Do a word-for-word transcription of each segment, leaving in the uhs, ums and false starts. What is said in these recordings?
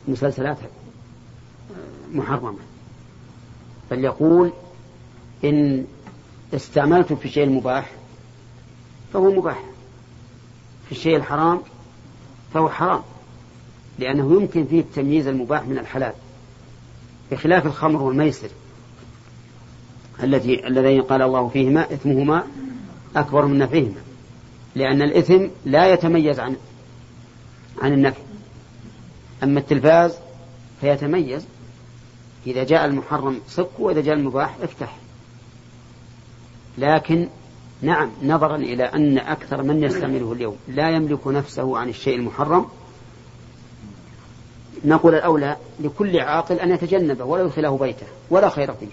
مسلسلات محرمة، بل يقول إن استعملت في الشيء المباح فهو مباح، في الشيء الحرام فهو حرام، لأنه يمكن فيه تمييز المباح من الحلال، بخلاف الخمر والميسر التي الذين قال الله فيهما إثمهما أكبر من نفعهما، لأن الإثم لا يتميز عن عن النفع. أما التلفاز فيتميز، إذا جاء المحرم صك وإذا جاء المباح افتح. لكن نعم، نظرا إلى أن أكثر من يستعمله اليوم لا يملك نفسه عن الشيء المحرم، نقول الأولى لكل عاقل أن يتجنبه ولا يدخله بيته ولا خير فيه.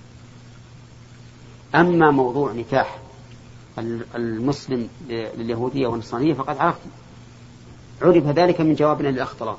أما موضوع نكاح المسلم لليهودية والنصرانية فقد عرفت، عرف ذلك من جوابنا للأخ طلال،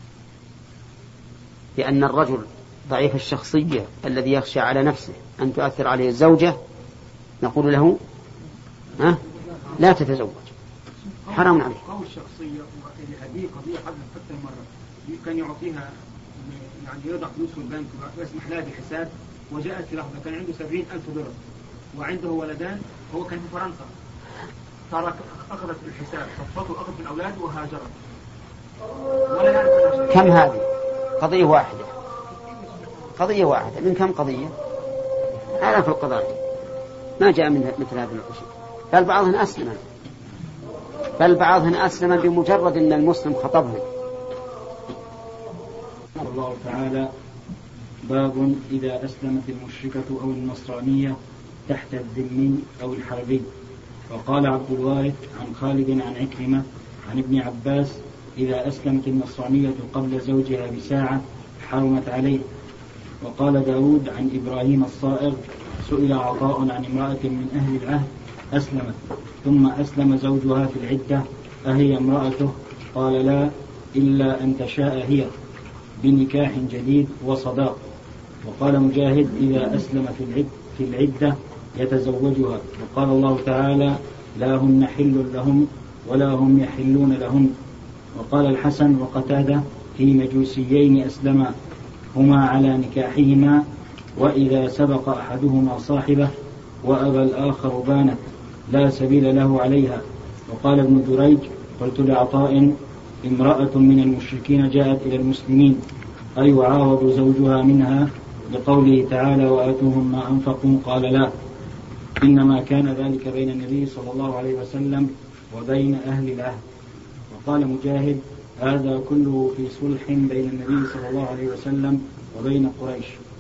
لأن الرجل ضعيف الشخصية الذي يخشى على نفسه أن تؤثر عليه الزوجة نقول له ها لا تتزوج، حرام عليه. قوي الشخصية هذه قضية حدثت أكثر مرة، كان يعطيها يعني يضع فلوس في البنك ويسمح لها بالحساب، وجاءت في لحظة كان عنده سبعين ألف دولار وعنده ولدان، هو كان في فرنسا، ترك أخذت الحساب صفته وأخذت الأولاد وهاجرت ولا يعرف. كم هذه؟ قضية واحدة، قضية واحدة من كم قضية؟ هذا في القضاء ما جاء من مثل هذا الشيء. بل بعضهن أسلم، بل بعضهن أسلم بمجرد أن المسلم خطبهم. الله تعالى: باب إذا أسلمت المشركة أو النصرانية تحت الذمي أو الحربي. وقال عبد الوارث عن خالد عن عكرمة عن ابن عباس: إذا أسلمت النصرانية قبل زوجها بساعة حرمت عليه. وقال داود عن إبراهيم الصائغ: سئل عطاء عن امرأة من أهل العهد أسلمت ثم أسلم زوجها في العدة أهي امرأته؟ قال: لا، إلا أن تشاء هي بنكاح جديد وصداق. وقال مجاهد: إذا أسلم في العدة يتزوجها. وقال الله تعالى: لا هن حل لهم ولا هم يحلون لهم. وقال الحسن وقتادة: في مجوسيين أسلما هما على نكاحهما، وإذا سبق أحدهما صاحبه وأبى الآخر بانت لا سبيل له عليها. وقال ابن دريج: قلت لعطاء: امرأة من المشركين جاءت إلى المسلمين أي وعاوض زوجها منها لقوله تعالى: وآتوهم ما أنفقوا؟ قال: لا، إنما كان ذلك بين النبي صلى الله عليه وسلم وبين أهل العهد. وقال مجاهد: هذا كله في صلح بين النبي صلى الله عليه وسلم وبين قريش.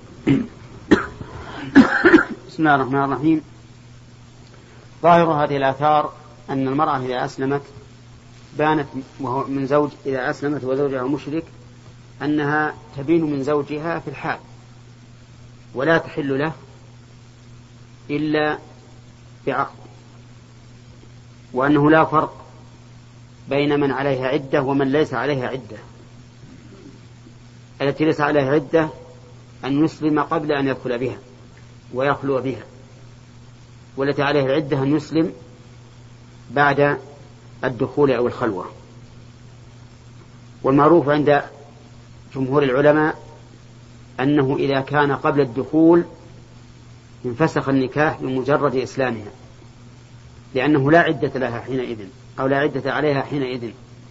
بسم الله الرحمن الرحيم. ظاهر هذه الآثار أن المرأة إذا أسلمت بانت وهو من زوج، إذا أسلمت وزوجها مشرك أنها تبين من زوجها في الحال ولا تحل له إلا بعقد، وأنه لا فرق بين من عليها عدة ومن ليس عليها عدة. التي ليس عليها عدة أن يسلم قبل أن يدخل بها ويخلو بها، والتي عليها العدة أن يسلم بعد الدخول أو الخلوة. والمعروف عند جمهور العلماء أنه إذا كان قبل الدخول انفسخ النكاح بمجرد إسلامها، لأنه لا عدة لها حينئذ أو لا عدة عليها حينئذ.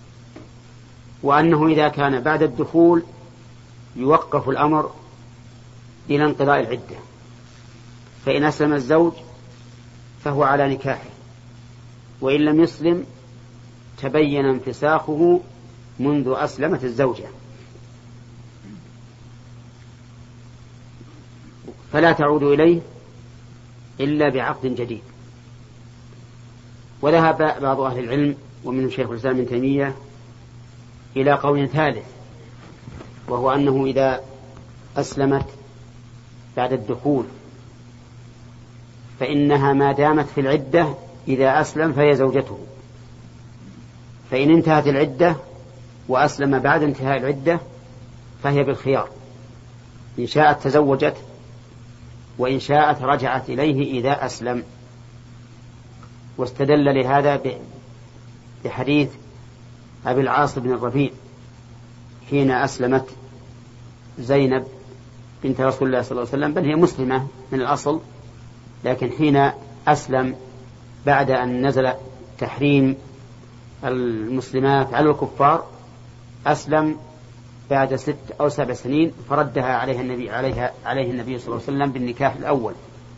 وأنه إذا كان بعد الدخول يوقف الأمر إلى انقضاء العدة، فإن أسلم الزوج فهو على نكاحه، وإن لم يسلم تبين انفساخه منذ أسلمت الزوجة، فلا تعود إليه إلا بعقد جديد. وذهب بعض أهل العلم ومنهم شيخ الإسلام ابن تيمية إلى قول ثالث، وهو أنه إذا أسلمت بعد الدخول فإنها ما دامت في العدة إذا أسلم فهي زوجته، فإن انتهت العدة وأسلم بعد انتهاء العدة فهي بالخيار، إن شاءت تزوجت وإن شاءت رجعت إليه إذا أسلم. واستدل لهذا بحديث أبي العاص بن الربيع حين أسلمت زينب بنت رسول الله صلى الله عليه وسلم، بل هي مسلمة من الأصل، لكن حين أسلم بعد أن نزل تحريم المسلمات على الكفار أسلم بعد ست أو سبع سنين، فردها عليها النبي عليها عليه النبي صلى الله عليه وسلم بالنكاح الأول.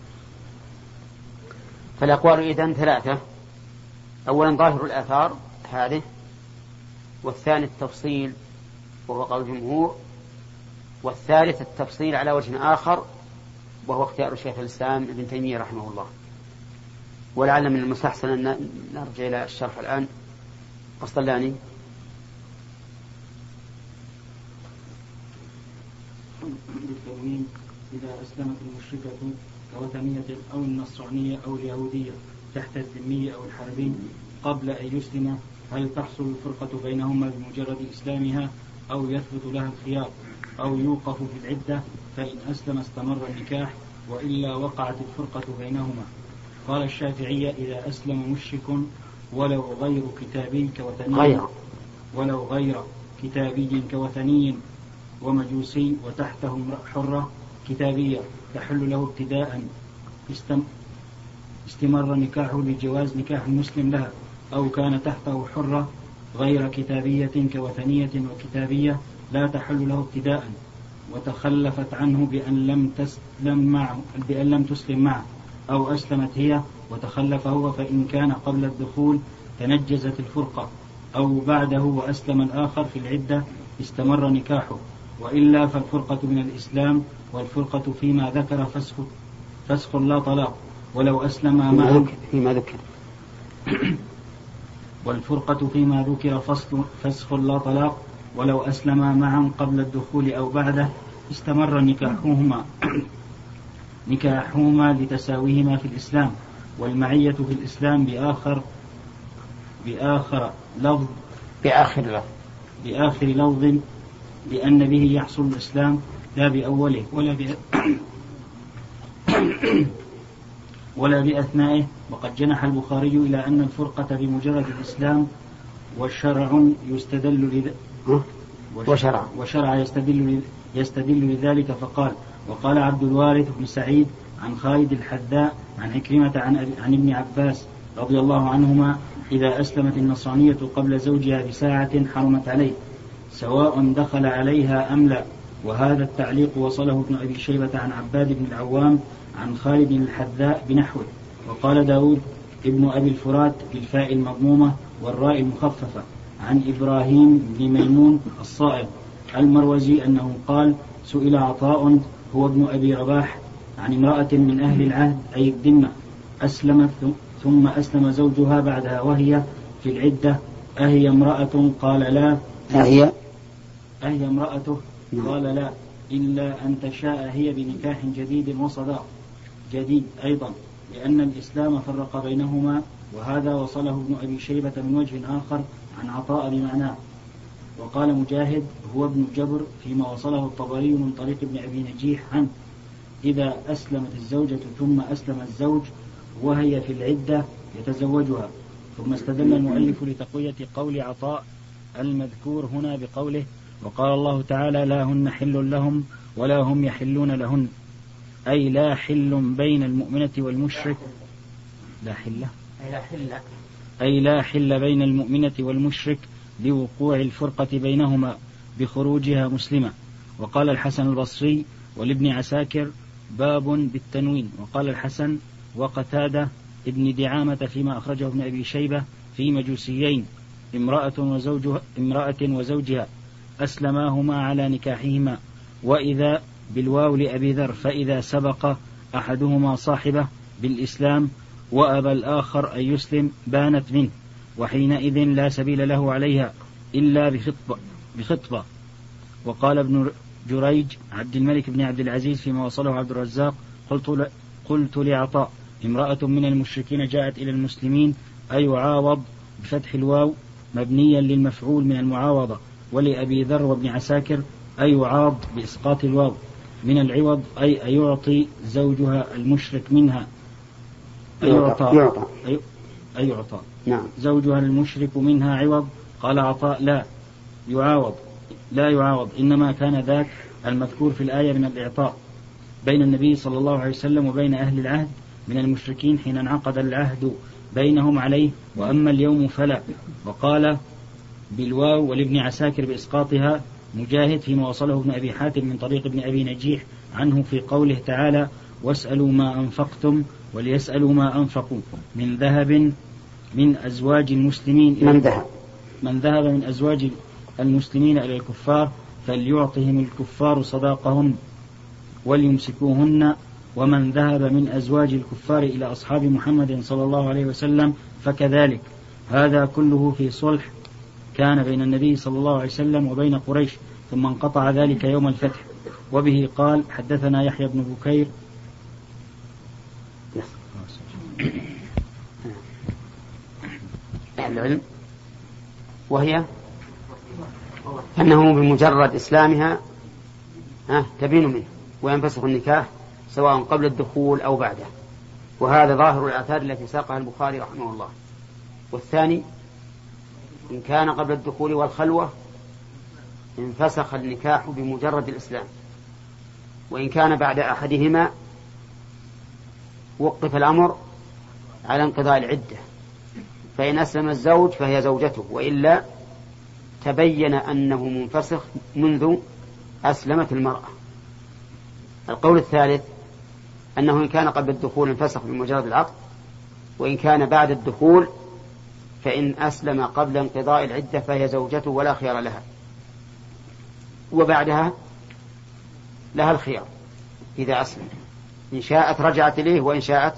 فالأقوال إذن ثلاثة: أولا ظاهر الآثار هذه، والثاني التفصيل وهو قول الجمهور، والثالث التفصيل على وجه آخر وهو اختيار شيخ الإسلام ابن تيمية رحمه الله. ولعل من المستحسن أن نرجع إلى الشرح الآن. قسطلاني. بالتنوين: إذا أسلمت المشركة كوثنية أو النصرانية أو اليهودية تحت الذمي أو الحربي قبل أن يسلم، هل تحصل الفرقة بينهما بمجرد إسلامها أو يثبت لها الخيار أو يوقف في العدة؟ فإن أسلم استمر النكاح، وإلا وقعت الفرقة بينهما. قال الشافعية: إذا أسلم مشرك ولو غير كتابي كوثني غير ولو غير كتابي كوثني ومجوسي وتحته حرة كتابية تحل له ابتداء، استمر نكاحه لجواز نكاح المسلم لها، أو كان تحته حرة غير كتابية كوثنية وكتابية لا تحل له ابتداء، وتخلفت عنه بأن لم تسلم معه بأن لم تسلم معه، أو أسلمت هي وتخلف هو، فإن كان قبل الدخول تنجزت الفرقة، أو بعده وأسلم الآخر في العدة استمر نكاحه، وإلا فالفرقة من الإسلام، والفرقة فيما ذكر فسخ فسخ لا طلاق ولو أسلم معه فيما ذكر والفرقة فيما ذكر فسخ لا طلاق ولو أسلم معا قبل الدخول أو بعده استمر نكاحهما نكاحهما لتساويهما في الإسلام، والمعية في الإسلام بآخر بآخر لفظ بآخر لفظ بآخر لفظ لأن به يحصل الإسلام لا بأوله ولا ب... ولا بأثنائه. وقد جنح البخاري إلى أن الفرقة بمجرد الإسلام والشرع يستدل لذ... وشرع وشرع يستدل يستدل لذلك، فقال: وقال عبد الوارث بن سعيد عن خالد الحذاء عن عكرمة عن, عن ابن عباس رضي الله عنهما: إذا أسلمت النصرانية قبل زوجها بساعة حرمت عليه، سواء دخل عليها أم لا. وهذا التعليق وصله ابن أبي شيبة عن عباد بن العوام عن خالد الحذاء بنحوه. وقال داود ابن أبي الفرات بالفاء المضمومة والراء المخففة عن إبراهيم بن ميمون الصائغ المروزي أنه قال: سئل عطاء هو ابن أبي رباح عن امرأة من أهل العهد أي الذمة أسلمت ثم أسلم زوجها بعدها وهي في العدة، أهي امرأة؟ قال: لا. أهي أهي امرأته؟ قال: لا، إلا أن تشاء هي بنكاح جديد وصداق جديد أيضا، لأن الإسلام فرق بينهما. وهذا وصله ابن أبي شيبة من وجه آخر عن عطاء بمعناه. وقال مجاهد هو ابن جبر فيما وصله الطبري من طريق ابن أبي نجيح عنه: إذا أسلمت الزوجة ثم أسلم الزوج وهي في العدة يتزوجها. ثم استدل المؤلف لتقوية قول عطاء المذكور هنا بقوله: وقال الله تعالى: لا هن حل لهم ولا هم يحلون لهن، أي لا حل بين المؤمنة والمشرك لا حل أي لا حل بين المؤمنة والمشرك لوقوع الفرقة بينهما بخروجها مسلمة. وقال الحسن البصري ولابن عساكر: باب بالتنوين. وقال الحسن وقتادة ابن دعامة فيما أخرجه ابن أبي شيبة في مجوسيين: امرأة وزوجها, امرأة وزوجها أسلماهما على نكاحهما، وإذا بالواو لأبي ذر، فإذا سبق أحدهما صاحبه بالإسلام وأبى الآخر أن يسلم بانت منه، وحينئذ لا سبيل له عليها إلا بخطبة, بخطبة. وقال ابن جريج عبد الملك بن عبد العزيز فيما وصله عبد الرزاق: قلت, قلت لعطاء: امرأة من المشركين جاءت إلى المسلمين أيعاوض بفتح الواو مبنيا للمفعول من المعاوضة. ولأبي ذر وابن عساكر أيعاض بإسقاط الواو من العوض، أي أيعطي زوجها المشرك منها أيعطى أيعطى نعم. زوجها المشرك منها عوض. قال عطاء: لا، يعاوض لا يعاوض، إنما كان ذاك المذكور في الآية من الإعطاء بين النبي صلى الله عليه وسلم وبين أهل العهد من المشركين حين انعقد العهد بينهم عليه، وأما اليوم فلا. وقال بالواو ولابن عساكر بإسقاطها مجاهد فيما وصله ابن أبي حاتم من طريق ابن أبي نجيح عنه في قوله تعالى واسألوا ما أنفقتم وليسألوا ما أنفقوا من ذهب من أزواج المسلمين من ذهب من ذهب من أزواج المسلمين إلى الكفار فليعطهم الكفار صداقهن وليمسكوهن، ومن ذهب من أزواج الكفار إلى أصحاب محمد صلى الله عليه وسلم فكذلك. هذا كله في صلح كان بين النبي صلى الله عليه وسلم وبين قريش، ثم انقطع ذلك يوم الفتح. وبه قال حدثنا يحيى بن بكير العلم، وهي أنه بمجرد إسلامها تبين منه وينفسخ النكاح سواء قبل الدخول أو بعده، وهذا ظاهر الآثار التي ساقها البخاري رحمه الله. والثاني إن كان قبل الدخول والخلوة انفسخ النكاح بمجرد الإسلام، وإن كان بعد أحدهما وقف الأمر على انقضاء العدة، فإن أسلم الزوج فهي زوجته، وإلا تبين أنه منفسخ منذ أسلمت المرأة. القول الثالث أنه إن كان قبل الدخول انفسخ بمجرد العقد، وإن كان بعد الدخول فإن أسلم قبل انقضاء العدة فهي زوجته ولا خيار لها، وبعدها لها الخيار إذا أسلم، إن شاءت رجعت إليه وإن شاءت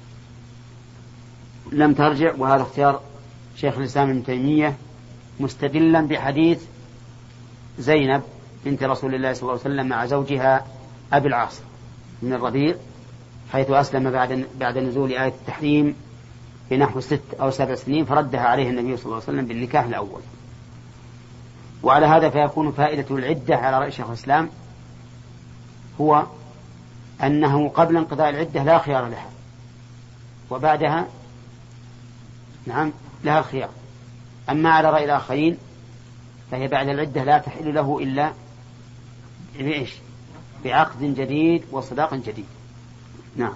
لم ترجع. وهذا اختيار شيخ الإسلام ابن تيمية مستدلا بحديث زينب بنت رسول الله صلى الله عليه وسلم مع زوجها أبي العاص من الربيع، حيث أسلم بعد بعد نزول آية التحريم بنحو ست أو سبع سنين، فردها عليه النبي صلى الله عليه وسلم بالنكاح الأول. وعلى هذا فيكون فائدة العدة على رأي شيخ الإسلام هو أنه قبل انقضاء العدة لا خيار لها، وبعدها نعم لها الخيار. أما على رأي الآخرين فهي بعد العدة لا تحل له إلا بعيش بعقد جديد وصداق جديد. نعم.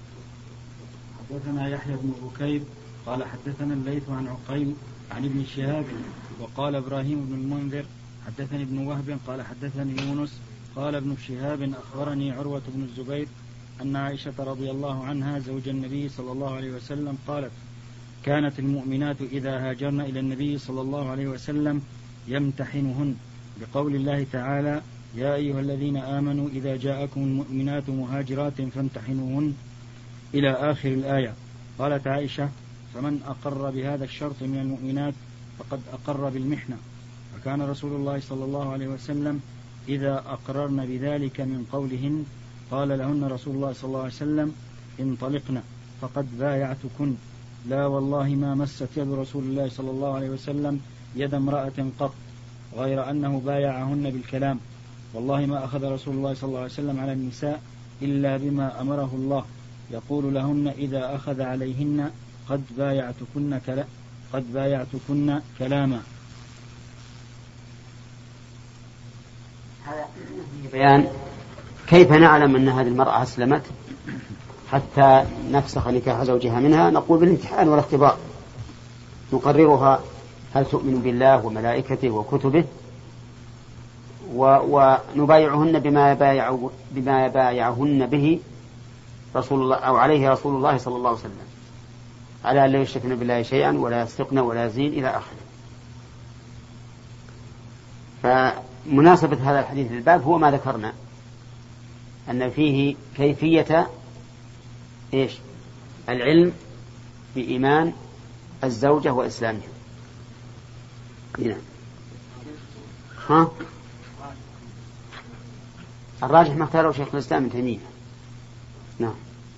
حدثنا يحيى بن بكير قال حدثنا الليث عن عقيل عن ابن شهاب وقال إبراهيم بن المنذر حدثني ابن وهب قال حدثني يونس قال ابن شهاب أخبرني عروة بن الزبير أن عائشة رضي الله عنها زوج النبي صلى الله عليه وسلم قالت كانت المؤمنات إذا هاجرن إلى النبي صلى الله عليه وسلم يمتحنهن بقول الله تعالى يا أيها الذين آمنوا إذا جاءكم المؤمنات مهاجرات فامتحنوهن إلى آخر الآية. قالت عائشة فمن أقر بهذا الشرط من المؤمنات فقد أقر بالمحنة. فكان رسول الله صلى الله عليه وسلم إذا أقررن بذلك من قولهن قال لهن رسول الله صلى الله عليه وسلم انطلقن فقد بايعتكن. لا والله ما مست يد رسول الله صلى الله عليه وسلم يد امرأة قط غير أنه بايعهن بالكلام. والله ما أخذ رسول الله صلى الله عليه وسلم على النساء إلا بما أمره الله يقول لهن إذا أخذ عليهن قد بايعتكن كلا قد بايعتكن كلاما. هذا بيان كيف نعلم أن هذه المرأة أسلمت حتى نفسخ نكاح زوجها منها. نقول بالامتحان والاختبار، نقررها هل تؤمن بالله وملائكته وكتبه، ونبايعهن بما يبايع بما يبايعهن به رسول الله أو عليه رسول الله صلى الله عليه وسلم، على أن لا يشركن بالله شيئا ولا يسرقن ولا يزين إلى آخره. فمناسبة هذا الحديث للباب هو ما ذكرنا أن فيه كيفية إيش العلم بإيمان الزوجة وإسلامها. هنا ها الراجح ما اختاره شيخ الإسلام ابن تيمية. نعم.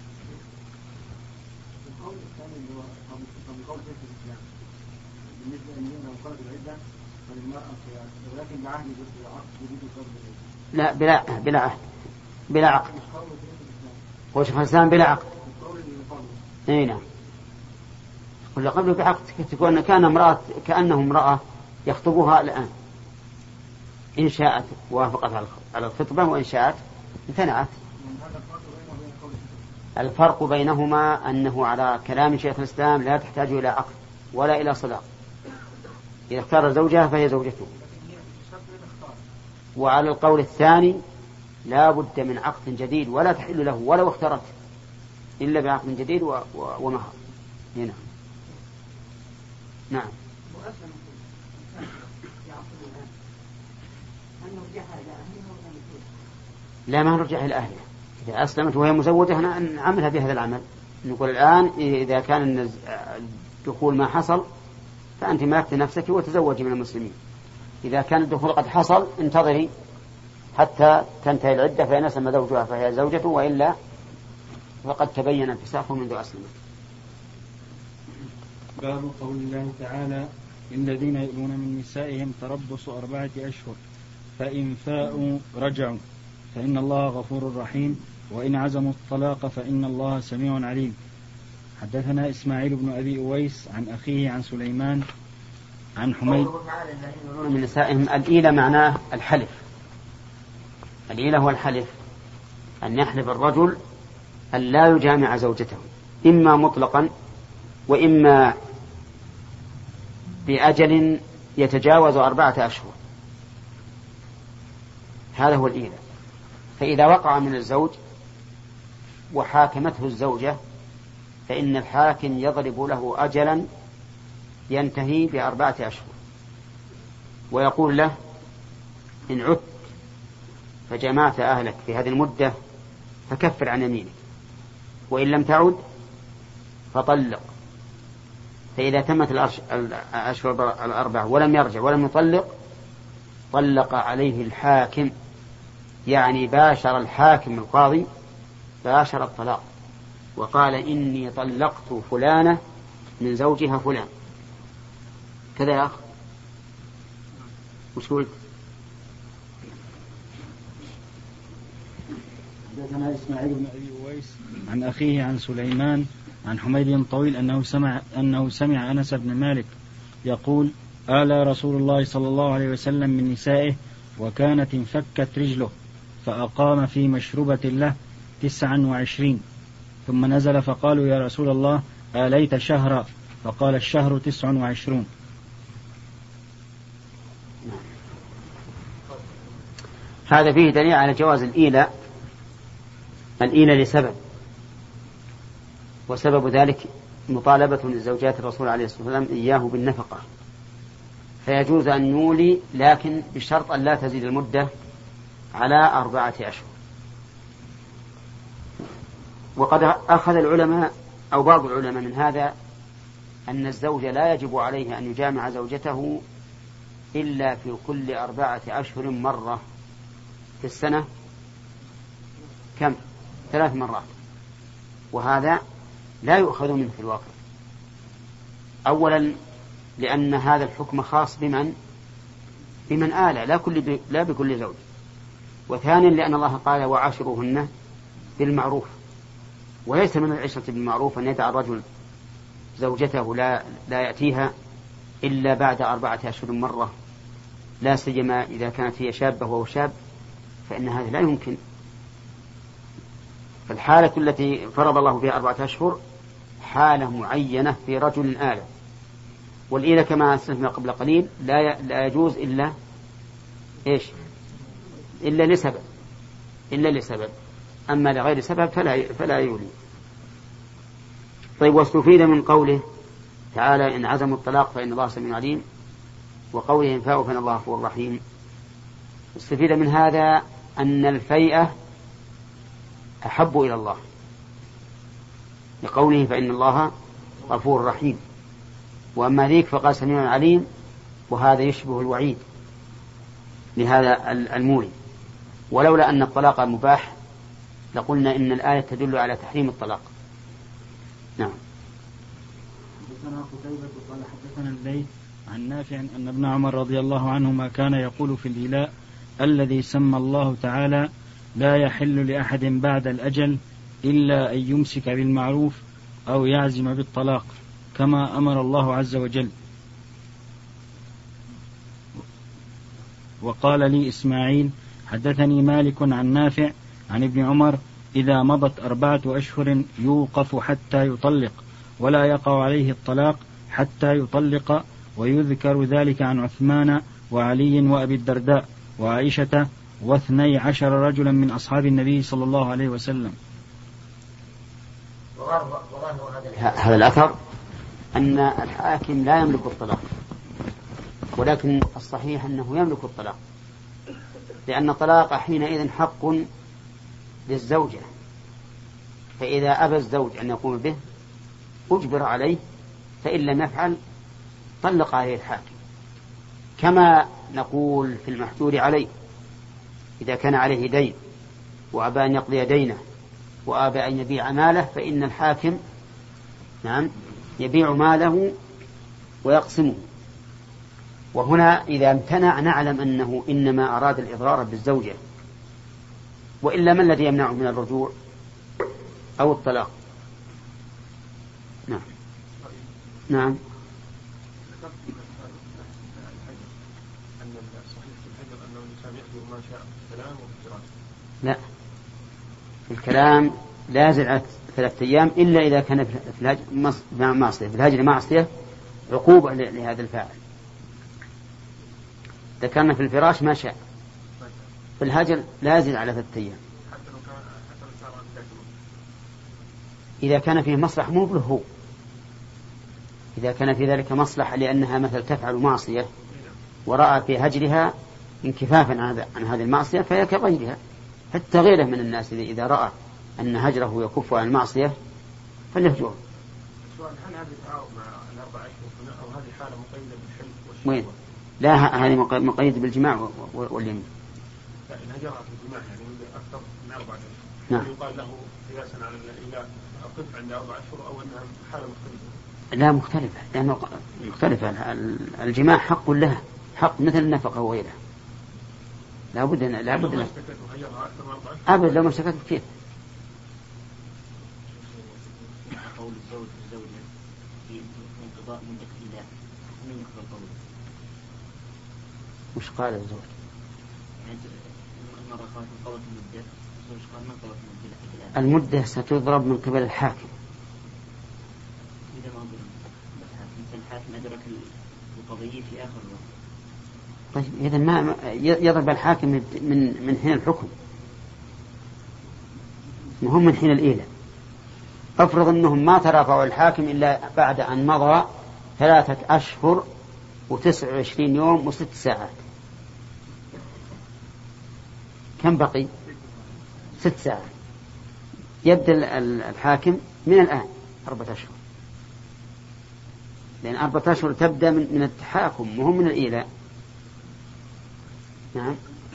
لا بلا بلا عهد بلا عقد. هو شيخ الإسلام بلا عقد. اي نعم. ولا قبله بعقد تكون كان امرأة كأنه امرأة يخطبها الآن إن شاءت وافقت على الخطبة وإن شاءت امتنعت. الفرق بينهما أنه على كلام شيخ الإسلام لا تحتاج إلى عقد ولا إلى صداق، إذا اختار زوجها فهي زوجته. وعلى القول الثاني لا بد من عقد جديد ولا تحل له ولو اختارت إلا بعقد جديد و... و... ومهر. هنا نعم. لا، ما نرجع إلى أهلها. إذا أسلمت وهي مزوجة نعملها بهذا العمل. نقول الآن إذا كان الدخول ما حصل فأنت ملكت نفسك وتزوجي من المسلمين. إذا كان الدخول قد حصل انتظري حتى تنتهي العدة فإن أسلم زوجها فهي زوجته، وإلا فقد تبين انفساخه منذ أسلمت. باب قول الله تعالى: الذين يؤلون من نسائهم تربص أربعة أشهر فإن فاءوا رجعوا فإن الله غفور رحيم وإن عزموا الطلاق فإن الله سميع عليم. حدثنا إسماعيل بن أبي أويس عن أخيه عن سليمان عن حميد. من نسائهم الإيلة معناه الحلف. الإيلة هو الحلف، أن يحلف الرجل أن لا يجامع زوجته إما مطلقا وإما بأجل يتجاوز أربعة أشهر. هذا هو الإيلة. فإذا وقع من الزوج وحاكمته الزوجة فإن الحاكم يضرب له أجلا ينتهي بأربعة أشهر ويقول له: إن عدت فجمعت أهلك في هذه المدة فكفر عن يمينك، وإن لم تعد فطلق. فإذا تمت الأشهر الأربعة ولم يرجع ولم يطلق طلق عليه الحاكم، يعني باشر الحاكم القاضي باشر الطلاق وقال: إني طلقت فلانة من زوجها فلان. كذا يا أخ، وش قلت؟ حدثنا إسماعيل بن أبي أويس عن أخيه عن سليمان عن حميد طويل أنه سمع أنه سمع أنس بن مالك يقول: آلى رسول الله صلى الله عليه وسلم من نسائه وكانت انفكت رجله فأقام في مشروبة له تسعا وعشرين، ثم نزل فقالوا: يا رسول الله آليت شهرا؟ فقال: الشهر تسع وعشرون. هذا فيه دليل على جواز الإيلة. الإيلة لسبب، وسبب ذلك مطالبة لزوجات الرسول عليه الصلاة والسلام إياه بالنفقة، فيجوز أن يولي لكن بشرط أن لا تزيد المدة على أربعة أشهر. وقد أخذ العلماء أو بعض العلماء من هذا أن الزوج لا يجب عليه أن يجامع زوجته إلا في كل أربعة أشهر مرة في السنة. كم؟ ثلاث مرات. وهذا لا يؤخذ منه في الواقع. أولا لأن هذا الحكم خاص بمن بمن آلى لا, كل لا بكل زوج. وثانيا لأن الله قال: وعاشروهن بالمعروف. وليس من العشرة بالمعروف أن يدع الرجل زوجته لا, لا يأتيها إلا بعد أربعة أشهر مرة، لا سيما إذا كانت هي شابة وهو شاب، فإن هذا لا يمكن. فالحالة التي فرض الله فيها أربعة أشهر حالة معينة في رجل آلة. والإيلة كما أسلفنا قبل قليل لا لا يجوز إلا إيش؟ إلا لسبب إلا لسبب أما لغير سبب فلا فلا يولي. طيب، واستفيد من قوله تعالى: إن عزموا الطلاق فإن الله سميع عليم، وقوله: إن فاءوا فإن الله غفور رحيم. استفيد من هذا أن الفيئة أحب إلى الله لقوله: فإن الله غفور رحيم. وأما ذيك فقال سميع عليم، وهذا يشبه الوعيد لهذا المولي. ولولا أن الطلاق مباح لقلنا إن الآية تدل على تحريم الطلاق. نعم. حدثنا قتيبة قال حدثنا الليث عن نافع أن ابن عمر رضي الله عنهما كان يقول في الإيلاء: الذي سمى الله تعالى لا يحل لأحد بعد الأجل إلا أن يمسك بالمعروف أو يعزم بالطلاق كما أمر الله عز وجل. وقال لي إسماعيل حدثني مالك عن نافع عن ابن عمر إذا مضت أربعة أشهر يوقف حتى يطلق ولا يقع عليه الطلاق حتى يطلق، ويذكر ذلك عن عثمان وعلي وأبي الدرداء وعائشة واثني عشر رجلا من أصحاب النبي صلى الله عليه وسلم. هذا الأثر أن الحاكم لا يملك الطلاق، ولكن الصحيح أنه يملك الطلاق، لأن الطلاق حينئذ حق للزوجة، فإذا أبى الزوج أن يقوم به أجبر عليه، فإن لم يفعل طلق عليه الحاكم. كما نقول في المحجور عليه إذا كان عليه دين وأبى أن يقضي دينه وأبى أن يبيع ماله، فإن الحاكم نعم يبيع ماله ويقسمه. وهنا إذا امتنع نعلم أنه إنما أراد الإضرار بالزوجة، وإلا ما الذي يمنعه من الرجوع أو الطلاق؟ نعم نعم لا، الكلام لا يزيد على ثلاثة أيام إلا إذا كان في الهجر معصية، في الهجر معصية عقوبة لهذا الفاعل. إذا كان في الفراش ما شاء، في الهجر لا يزيد على ثلاثة أيام. إذا كان فيه مصلحة مو له هو، إذا كان في ذلك مصلحة لأنها مثل تفعل معصية ورأى في هجرها انكفافا عن هذه المعصية فهي كغيرها. حتى غيره من الناس إذا رأى أن هجره يكف عن المعصية فليهجره. سؤال: هل هذا التعاون مع الأربع أشهر أو هذه حالة مقيدة بالحلف والشهوة؟ وين؟ لا، هذه مقيدة بالجماع واليمين. إن هجرها في الجماع يعني أكثر من أربعة أشهر، نعم. يقال له قياسا على الإله أقف عند أربع أشهر أو أنها حالة مختلفة؟ لا مختلفة، لأنه مختلفة. الجماع حق لها، حق مثل النفقة وغيرها. لا بد أن لا بد أن أبد لو ما اشتكت كيف؟ قول الزوج والزوجة في انقضاء مدة الإله من يقبل قوله؟ وش قال الزوج؟ يعني المرة قالت انقضت المدة، الزوج قال ما انقضت المدة. المدة ستضرب من قبل الحاكم. إذا ما ضرب الحاكم، الحاكم أدرك القضية في آخر الوقت. طيب إذا ما يضرب الحاكم من من حين الحكم، مهم من حين الإيلة. أفرض أنهم ما ترافعوا الحاكم إلا بعد أن مضى ثلاثة أشهر وتسع وعشرين يوم وست ساعات. كم بقي؟ ست ساعات. يبدأ الحاكم من الآن أربعة أشهر، لأن أربعة أشهر تبدأ من, من التحاكم مهم من الإيلاء. نعم.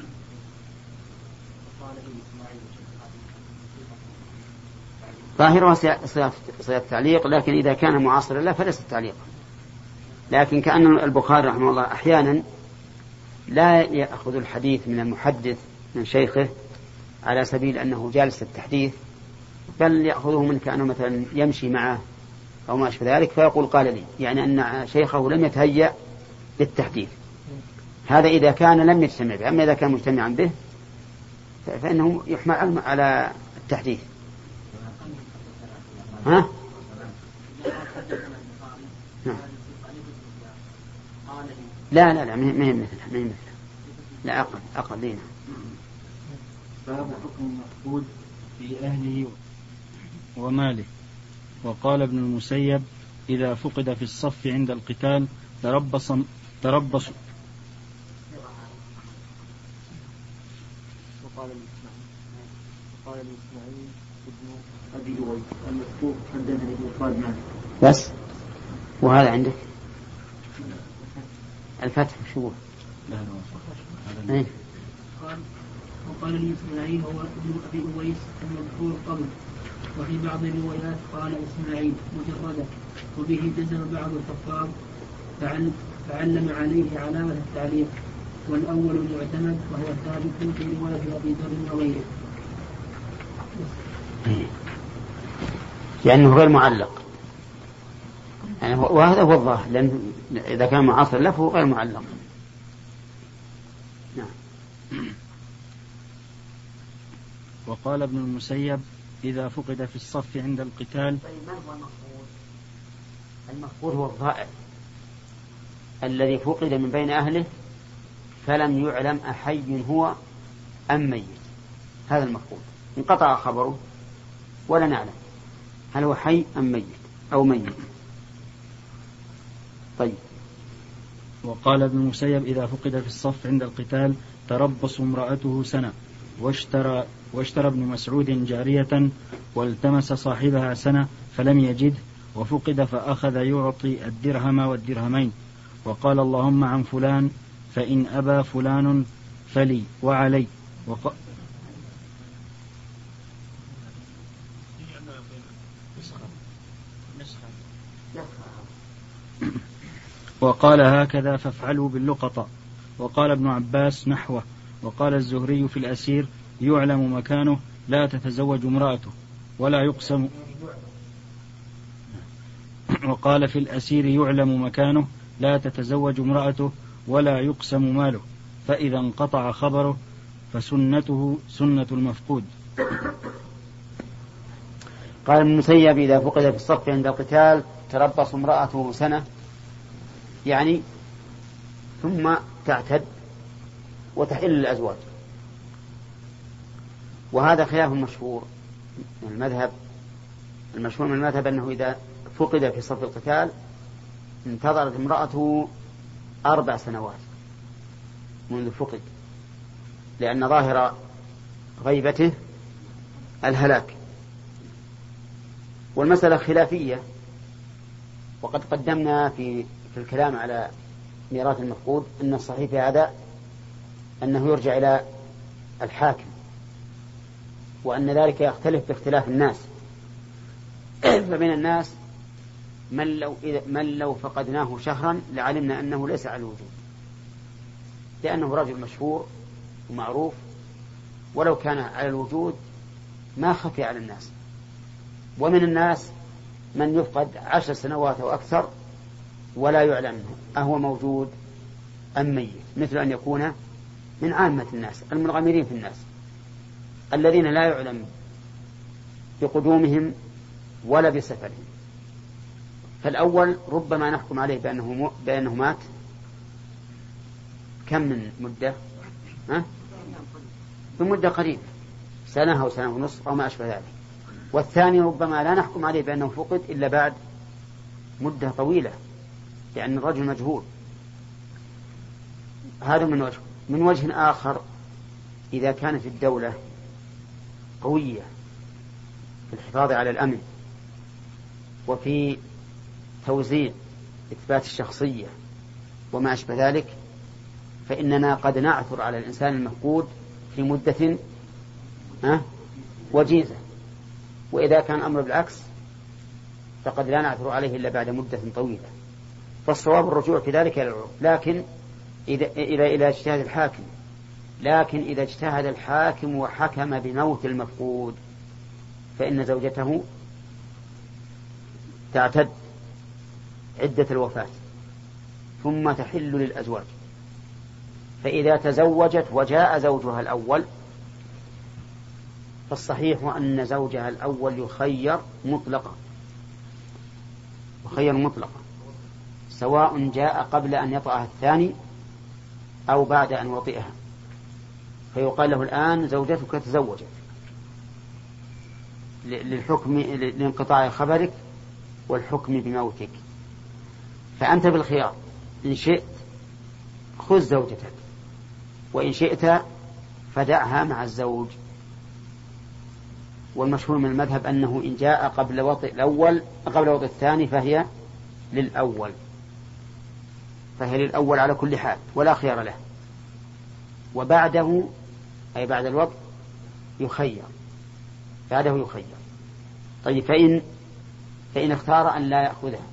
ظاهرها صيغة التعليق، لكن إذا كان معاصرا لا فليس التعليق. لكن كأن البخاري رحمه الله أحيانا لا يأخذ الحديث من المحدث من شيخه على سبيل أنه جالس التحديث، بل يأخذه من كأنه مثلا يمشي معه أو ما أشبه ذلك، فيقول قال لي، يعني أن شيخه لم يتهيأ للتحديث. هذا إذا كان لم يجتمع به. أما إذا كان مجتمعا به فإنه يحمل على التحديث. ها؟ لا لا لا ما هي مثلها، ما هي مثلها. لا أقل أقل لينا. باب حكم المفقود في أهله وماله. وقال ابن المسيب: إذا فقد في الصف عند القتال تربص تربص وقال الإسماعيل ابن أبي أويس المذكور حدثني بإفراد ماله. بس وهذا عندك الفتح شو؟ قال وقال الإسماعيل هو ابن أبي أويس المذكور قبل، وفي بعض الروايات قال إسماعيل مجردا، وبه جزم بعض الحفاظ فعلم عليه علامة التعليق، والأول المعتمد وهو ثابت في رواية أبي ذر وغيره، لأنه غير معلق يعني، وهذا هو الظاهر، لأن إذا كان معاصر له غير معلق. نعم. وقال ابن المسيب إذا فقد في الصف عند القتال. طيب من هو المفقود؟ المفقود هو الضائع الذي فقد من بين أهله فلم يعلم أحي هو أم ميت، هذا المفقود، انقطع خبره ولا نعلم هل هو حي أم ميت أو ميت. طيب. وقال ابن المسيب إذا فقد في الصف عند القتال تربص امرأته سنة، واشترى, واشترى ابن مسعود جارية والتمس صاحبها سنة فلم يجد وفقد فأخذ يعطي الدرهم والدرهمين وقال اللهم عن فلان فإن أبى فلان فلي وعلي. وق... وقال هكذا فافعلوا باللقطة. وقال ابن عباس نحوه. وقال الزهري في الأسير يعلم مكانه لا تتزوج امرأته ولا يقسم. وقال في الأسير يعلم مكانه لا تتزوج امرأته ولا يقسم ماله، فإذا انقطع خبره فسنته سنة المفقود. قال ابن المسيب إذا فقد في الصف عند القتال تربص امرأته سنة، يعني ثم تعتد وتحل الأزواج، وهذا خلاف المشهور من المذهب. المشهور من المذهب أنه إذا فقد في صف القتال انتظرت امرأته أربع سنوات منذ فقد، لأن ظاهر غيبته الهلاك. والمسألة خلافية، وقد قدمنا في في الكلام على ميراث المفقود أن الصحيح في هذا أنه يرجع إلى الحاكم، وأن ذلك يختلف باختلاف الناس. فمن الناس من لو, من لو فقدناه شهرا لعلمنا أنه ليس على الوجود، لأنه رجل مشهور ومعروف، ولو كان على الوجود ما خفي على الناس. ومن الناس من يفقد عشر سنوات أو أكثر ولا يعلم أهو موجود أم ميت، مثل أن يكون من عامة الناس المنغمرين في الناس الذين لا يعلم بقدومهم ولا بسفرهم. فالأول ربما نحكم عليه بأنه, بأنه مات كم من مدة، ها؟ بمدة قريبة، سنة أو سنة ونصف أو ما أشبه ذلك. والثاني ربما لا نحكم عليه بأنه فقد إلا بعد مدة طويلة، لأن الرجل مجهول. هذا من وجه. من وجه آخر، إذا كانت الدولة قوية في الحفاظ على الأمن وفي توزيع إثبات الشخصية وما أشبه ذلك، فإننا قد نعثر على الإنسان المفقود في مدة وجيزة. وإذا كان أمر بالعكس فقد لا نعثر عليه إلا بعد مدة طويلة. فالصواب الرجوع في ذلك إلى العرف، لكن إذا إلى إلى اجتهاد الحاكم. لكن إذا اجتهد الحاكم وحكم بموت المفقود فإن زوجته تعتد عدة الوفاة ثم تحل للأزواج. فإذا تزوجت وجاء زوجها الأول فالصحيح أن زوجها الأول يخير مطلقا، يخير مطلقا سواء جاء قبل أن يطأها الثاني أو بعد أن وطئها، فيقال له الآن زوجتك تزوجت للحكم لانقطاع خبرك والحكم بموتك. فأنت بالخيار، إن شئت خذ زوجتك، وإن شئت فدعها مع الزوج. والمشهور من المذهب أنه إن جاء قبل وطئ الأول قبل وطئ الثاني فهي للأول، فهي للأول على كل حال ولا خيار له. وبعده أي بعد الوطئ يخير، بعده يخير. طيب فإن فإن اختار أن لا يأخذها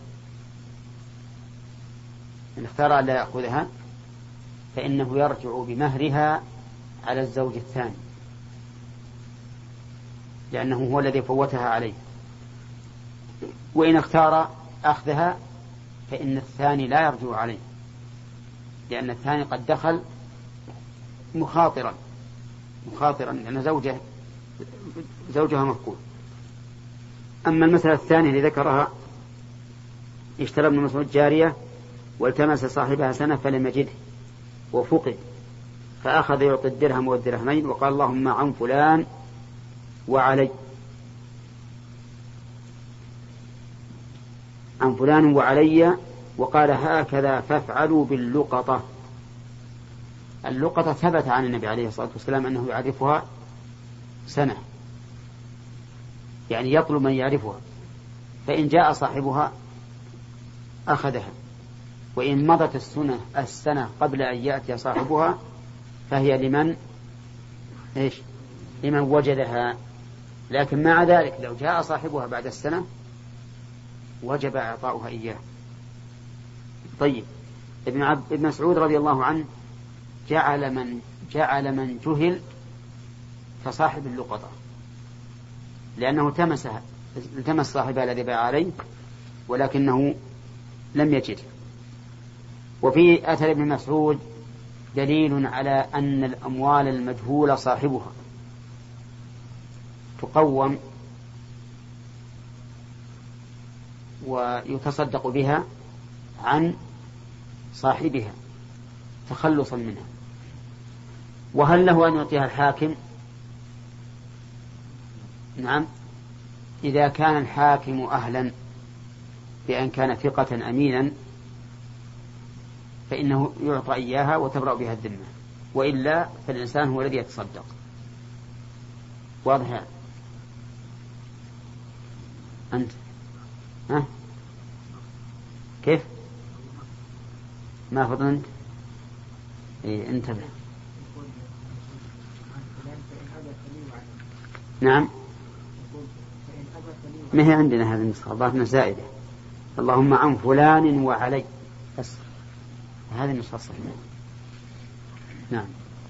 إن اختار أن لا يأخذها فإنه يرجع بمهرها على الزوج الثاني، لأنه هو الذي فوتها عليه. وإن اختار أخذها فإن الثاني لا يرجع عليه، لأن الثاني قد دخل مخاطرا مخاطرا لأن زوجه زوجها مفقود. أما المسألة الثانية اللي ذكرها اشترى ابن مسعود جارية والتمس صاحبها سنة فلم يجده وفقد فأخذ يعطي الدرهم والدرهمين وقال اللهم عن فلان وعلي عن فلان وعلي وقال هكذا فافعلوا باللقطة. اللقطة ثبت عن النبي عليه الصلاة والسلام أنه يعرفها سنة يعني يطلب من يعرفها فإن جاء صاحبها أخذها وإن مضت السنة السنة قبل أن يأتي صاحبها فهي لمن إيش لمن وجدها. لكن مع ذلك لو جاء صاحبها بعد السنة وجب إعطاؤها إياه. طيب ابن عبد ابن مسعود رضي الله عنه جعل من جعل من جهل كصاحب اللقطة لأنه تمس التمس صاحبها الذي باع عليه ولكنه لم يجد. وفي أثر ابن مسعود دليل على أن الأموال المجهول صاحبها تقوم ويتصدق بها عن صاحبها تخلصا منها. وهل له أن يعطيها الحاكم؟ نعم إذا كان الحاكم أهلا بأن كان ثقة أمينا فإنه يعطى إياها وتبرأ بها الذمة وإلا فالإنسان هو الذي يتصدق. واضح أنت ها؟ كيف ما فضلت إيه انتبه. نعم ما هي عندنا هذه النسخة ضافنا زائدة اللهم عن فلان وعلي بس هذه النسخة الصحيحة. نعم.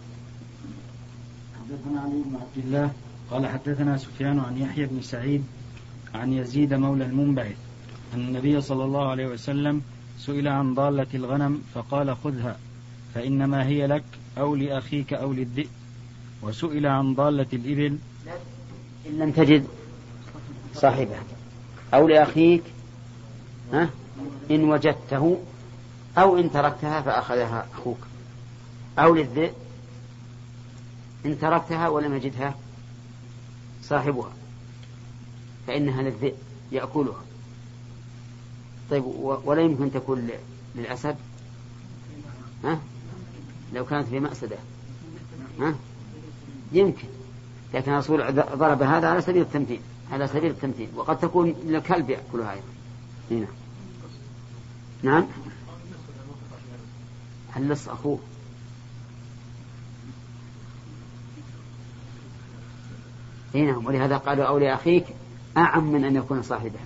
حدثنا علي بن عبد الله قال حدثنا سفيان عن يحيى بن سعيد عن يزيد مولى المنبعث أن النبي صلى الله عليه وسلم سئل عن ضالة الغنم فقال خذها فإنما هي لك أو لأخيك أو للذئب. وسئل عن ضالة الإبل إن لم تجد صاحبها أو لأخيك ها إن وجدته أو إن تركتها فأخذها أخوك أو للذئب إن تركتها ولم يجدها صاحبها فإنها للذئب يأكلها. طيب ولا يمكن تكون للأسد ها لو كانت في مأسدة ها يمكن لكن الرسول ضرب هذا على سبيل التمثيل على سبيل التمثيل وقد تكون للكلب يأكلها أيضا. هنا نعم اللص أخوه هنا ولهذا قالوا أولي أخيك أعم من أن يكون صاحبها.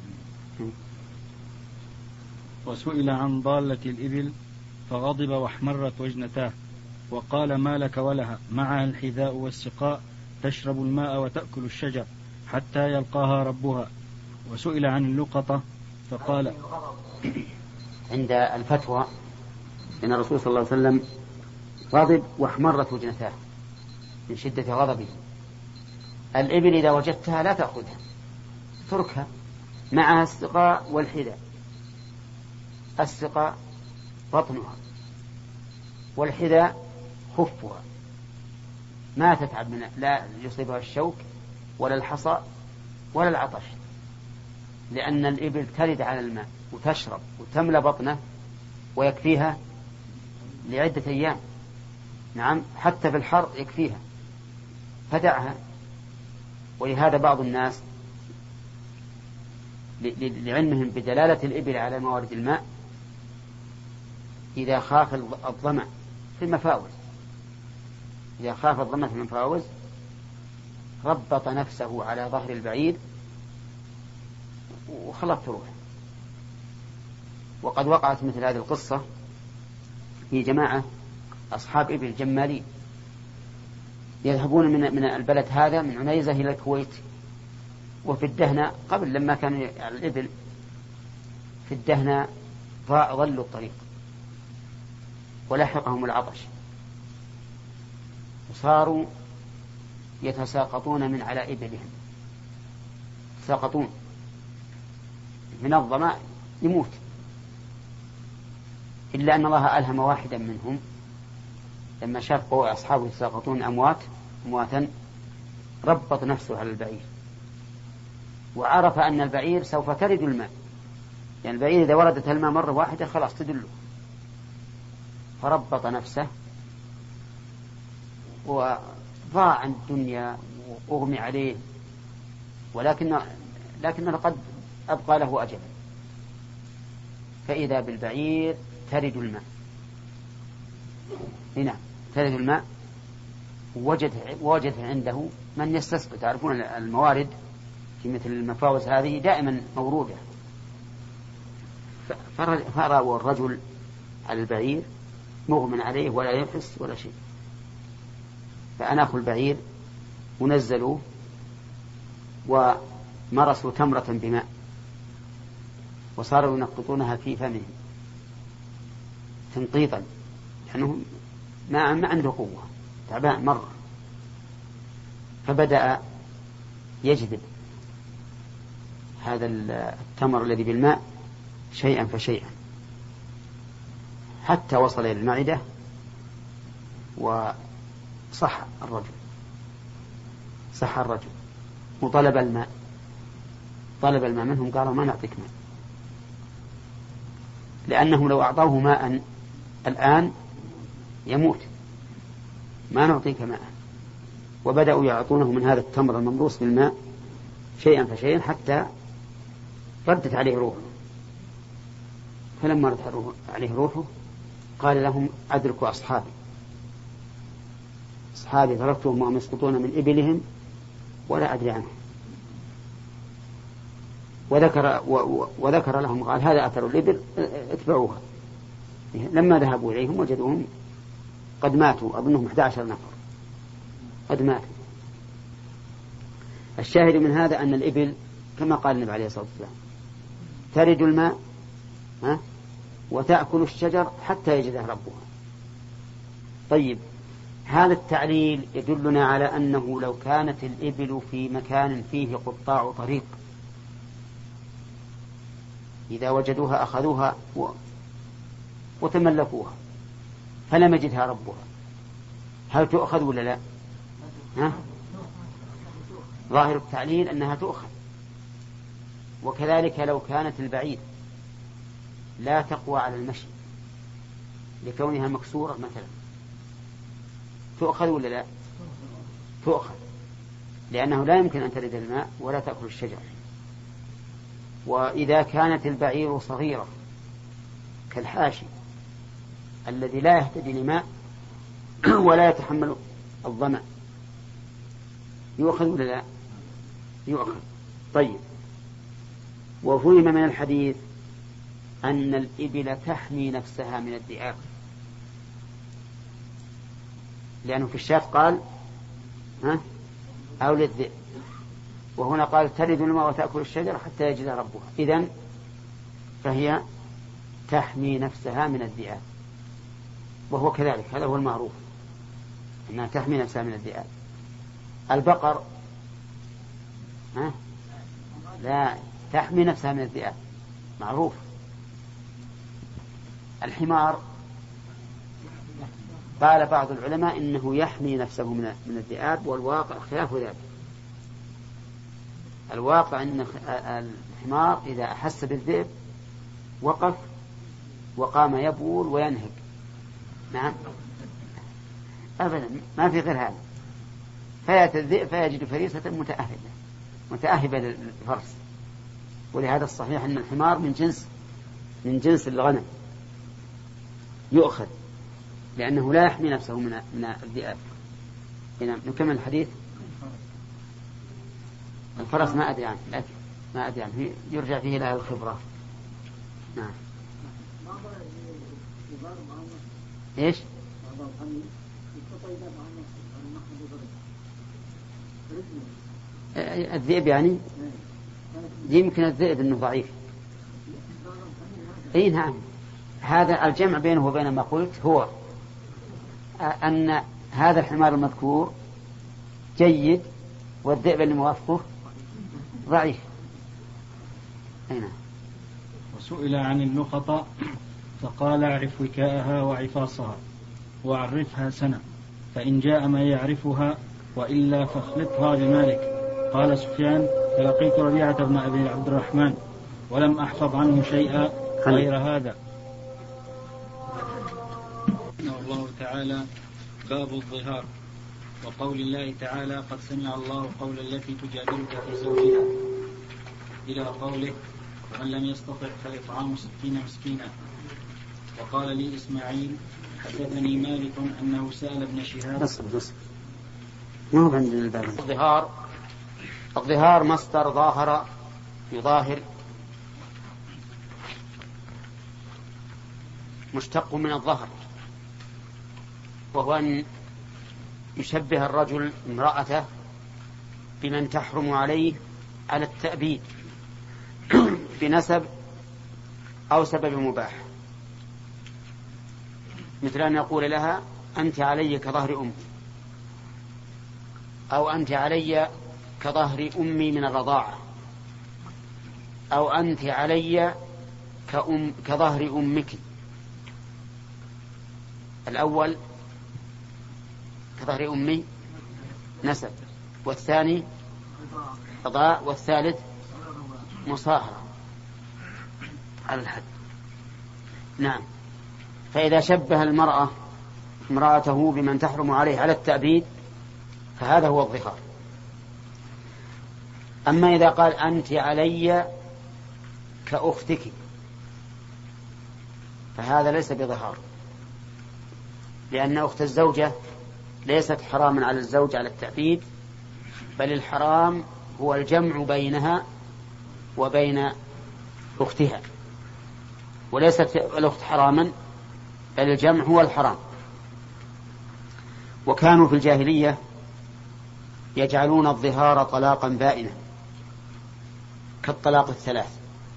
وسئل عن ضالة الإبل فغضب واحمرت وجنتاه وقال ما لك ولها معها الحذاء والسقاء تشرب الماء وتأكل الشجر حتى يلقاها ربها. وسئل عن اللقطة فقال عند الفتوى إن الرسول صلى الله عليه وسلم غضب واحمرت وجنتاه من شدة غضبه. الإبل إذا وجدتها لا تأخذها تركها معها السقاء والحذاء. السقاء بطنها والحذاء خفها ما تتعب من لا يصيبها الشوك ولا الحصى ولا العطش لأن الإبل ترد على الماء وتشرب وتملى بطنه ويكفيها لعدة أيام. نعم حتى في الحر يكفيها فدعها. ولهذا بعض الناس لعلمهم بدلالة الإبل على موارد الماء إذا خاف الظمأ في المفاوز إذا خاف الظمأ في المفاوز ربط نفسه على ظهر البعير وخلط روح. وقد وقعت مثل هذه القصة في جماعة أصحاب إبل جمالين يذهبون من من البلد هذا من عنيزة إلى الكويت وفي الدهنة قبل لما كانوا على الإبل في الدهنة ضلوا الطريق ولحقهم العطش وصاروا يتساقطون من على إبلهم، يتساقطون من الظمأ يموت، إلا أن الله ألهم واحدا منهم لما شاف أصحابه يتساقطون أموات أمواتا ربط نفسه على البعير، وعرف أن البعير سوف ترد الماء، يعني البعير إذا وردت الماء مرة واحدة خلاص تدله، فربط نفسه وضاع عن الدنيا وأغمي عليه، ولكن لكنه قد أبقى له أجل، فإذا بالبعير ترد الماء. هنا ترد الماء، وجد وجد عنده من يستسقي. تعرفون الموارد في مثل المفاوز هذه دائما موروده، فرأوا الرجل على البعير مغمى عليه ولا يحس ولا شيء، فأناخوا البعير ونزلوه ومرسوا تمرة بماء وصاروا ينقطونها في فمه تنقيطا، لأنه ما ما عنده قوة، تعبان مرة، فبدأ يجذب هذا التمر الذي بالماء شيئا فشيئا حتى وصل إلى المعدة وصح الرجل صح الرجل وطلب الماء طلب الماء منهم، قالوا ما نعطيك ماء، لأنهم لو أعطوه ماء الآن يموت، ما نعطيك ماء. وبدأوا يعطونه من هذا التمر الممروس بالماء شيئا فشيئا حتى ردت عليه روحه، فلما ردت عليه روحه قال لهم أدركوا أصحابي أصحابي تركتهم وهم يسقطون من إبلهم ولا أدري عنهم. وذكر, وذكر لهم قال هذا أثر الإبل اتبعوها. لما ذهبوا إليهم وجدوهم قد ماتوا، أظنهم أحد عشر نفر قد ماتوا. الشاهد من هذا أن الإبل كما قال النبي عليه الصلاة والسلام ترد الماء ها وتأكل الشجر حتى يجدها ربها. طيب، هذا التعليل يدلنا على أنه لو كانت الإبل في مكان فيه قطاع طريق إذا وجدوها أخذوها و... وتملكوها فلم يجدها ربها، هل تؤخذ ولا لا؟ ها؟ ظاهر التعليل أنها تؤخذ. وكذلك لو كانت البعيد لا تقوى على المشي لكونها مكسورة مثلا تؤخذ ولا لا؟ تؤخذ، لأنه لا يمكن أن ترد الماء ولا تأكل الشجر. وإذا كانت البعير صغيرة كالحاشي الذي لا يهتدي لماء ولا يتحمل الظمأ يؤخذ ولا لا؟ يؤخذ. طيب، وفهم من الحديث أن الإبل تحمي نفسها من الذئاب، لأنه في الشاف قال ها أو للذئب، وهنا قال تلد الماء وتأكل الشجر حتى يجد ربها. إذن فهي تحمي نفسها من الذئاب، وهو كذلك، هذا هو المعروف أنها تحمي نفسها من الذئاب. البقر ها لا تحمي نفسها من الذئاب، معروف. الحمار قال بعض العلماء إنه يحمي نفسه من من الذئاب، والواقع خلاف ذلك. الواقع أن الحمار إذا أحس بالذئب وقف وقام يبول وينهق. نعم أبدا، ما في غير هذا. فيأتي الذئب فيجد فريسة متأهبة متأهبة للفرس. ولهذا الصحيح أن الحمار من جنس من جنس الغنم يؤخذ، لأنه لا يحمي نفسه من من الذئاب. هنا نكمل الحديث. الفرس ما أدري عنه، لكن ما أدري عنه، يرجع فيه إلى الخبرة. نعم. إيش؟ الذئب يعني يمكن الذئب إنه ضعيف. أي نعم، هذا الجمع بينه وبين ما قلت هو أن هذا الحمار المذكور جيد والذئب اللي موافقه ضعيف. هنا. وسئل عن اللقطة فقال اعرف وكاءها وعفاصها وعرفها سنة، فإن جاء ما يعرفها وإلا فاخلطها بمالك. قال سفيان فلقيت ربيعة بن أبي عبد الرحمن ولم أحفظ عنه شيئا غير هذا. الله تعالى باب الظهار. وقول الله تعالى قد سمع الله قول التي تجادلك في زوجها إلى قوله ومن لم يستطع فإطعام ستين مسكينا. وقال لي إسماعيل حدثني مالك أنه سأل ابن شهاب. نصب نصب ما هو عند الباب. الظهار الظهار مصدر ظاهر يظاهر، مشتق من الظهر، وهو أن يشبه الرجل امرأته بمن تحرم عليه على التأبيد بنسب أو سبب مباح، مثل أن يقول لها أنت علي كظهر أمي، أو أنت علي كظهر أمي من الرضاعة، أو أنت علي كأم كظهر أمك. الأول كظهر أمي نسب، والثاني رضاع، والثالث مصاهرة على الحد. نعم. فإذا شبه المرأة امرأته بمن تحرم عليه على التأبيد فهذا هو الظهار. أما إذا قال أنت علي كأختك فهذا ليس بظهار، لأن أخت الزوجة ليست حراما على الزوج على التأبيد، بل الحرام هو الجمع بينها وبين أختها، وليست الأخت حراما بل الجمع هو الحرام. وكانوا في الجاهلية يجعلون الظهار طلاقا بائنا كالطلاق الثلاث.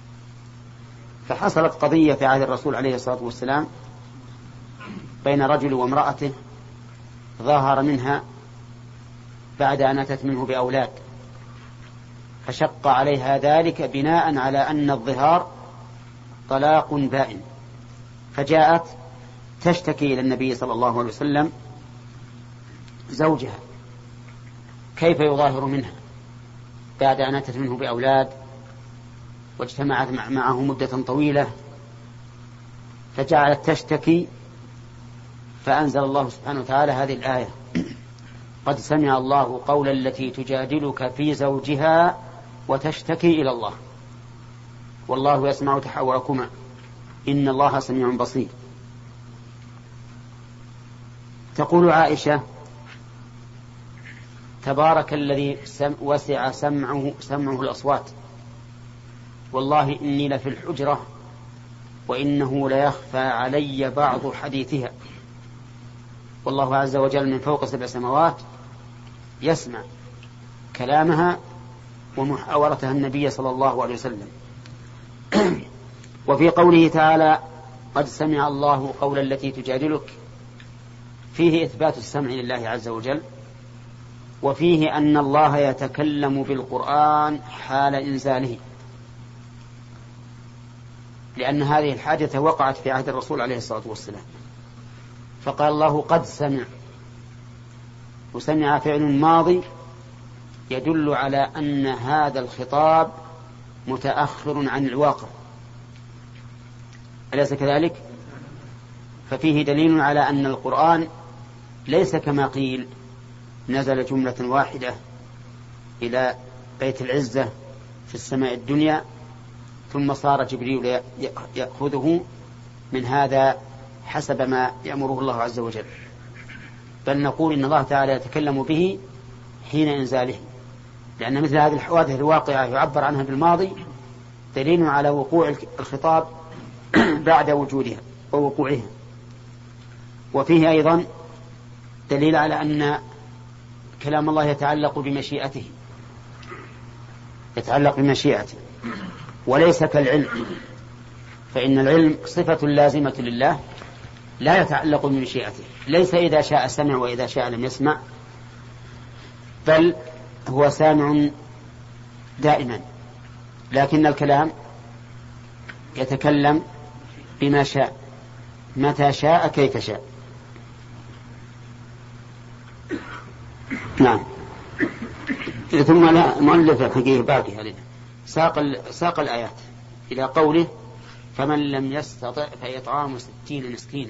فحصلت قضية في عهد الرسول عليه الصلاة والسلام بين رجل وامرأته ظاهر منها بعد أن أتت منه بأولاد، فشق عليها ذلك بناء على أن الظهار طلاق بائن، فجاءت تشتكي إلى النبي صلى الله عليه وسلم زوجها كيف يظاهر منها بعد أن أتت منه بأولاد واجتمعت معه مدة طويلة، فجعلت تشتكي، فأنزل الله سبحانه وتعالى هذه الآية قد سمع الله قول التي تجادلك في زوجها وتشتكي إلى الله والله يسمع تحاوركما إن الله سميع بصير. تقول عائشة تبارك الذي وسع سمعه, سمعه الأصوات، والله إني لفي الحجرة وإنه ليخفى علي بعض حديثها، والله عز وجل من فوق سبع سماوات يسمع كلامها ومحاورتها النبي صلى الله عليه وسلم. وفي قوله تعالى قد سمع الله قول التي تجادلك فيه إثبات السمع لله عز وجل، وفيه أن الله يتكلم بالقرآن حال إنزاله، لأن هذه الحادثة وقعت في عهد الرسول عليه الصلاة والسلام، فقال الله قد سمع، وسمع فعل ماضي يدل على أن هذا الخطاب متأخر عن الواقع، أليس كذلك؟ ففيه دليل على أن القرآن ليس كما قيل نزل جملة واحدة إلى بيت العزة في السماء الدنيا ثم صار جبريل يأخذه من هذا حسب ما يأمره الله عز وجل، بل نقول إن الله تعالى يتكلم به حين إنزاله، لأن مثل هذه الحوادث الواقعة يعبر عنها بالماضي دليل على وقوع الخطاب بعد وجودها ووقوعها. وفيه أيضا دليل على أن كلام الله يتعلق بمشيئته يتعلق بمشيئته وليس كالعلم، فإن العلم صفة لازمة لله لا يتعلق بمشيئته، ليس إذا شاء سمع وإذا شاء لم يسمع، بل هو سامع دائما، لكن الكلام يتكلم بما شاء متى شاء كيف شاء. نعم. ثم المؤلف الحقيقي باقي علينا ساق, ساق الآيات إلى قوله فمن لم يستطع فإطعام ستين مسكينا،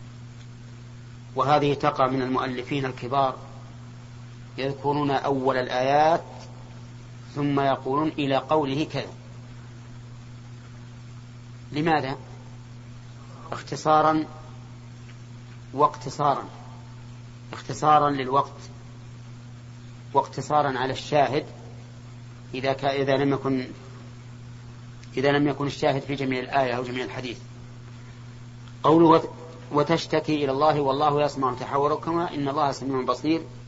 وهذه تقع من المؤلفين الكبار يذكرون أول الآيات ثم يقولون إلى قوله كذا. لماذا؟ اختصارا واقتصارا، اختصارا للوقت واقتصارا على الشاهد إذا ك... إذا لم يكن إذا لم يكن الشاهد في جميع الآية أو جميع الحديث. قوله وتشتكي إلى الله والله يسمع تحاوركما إن الله سميع بصير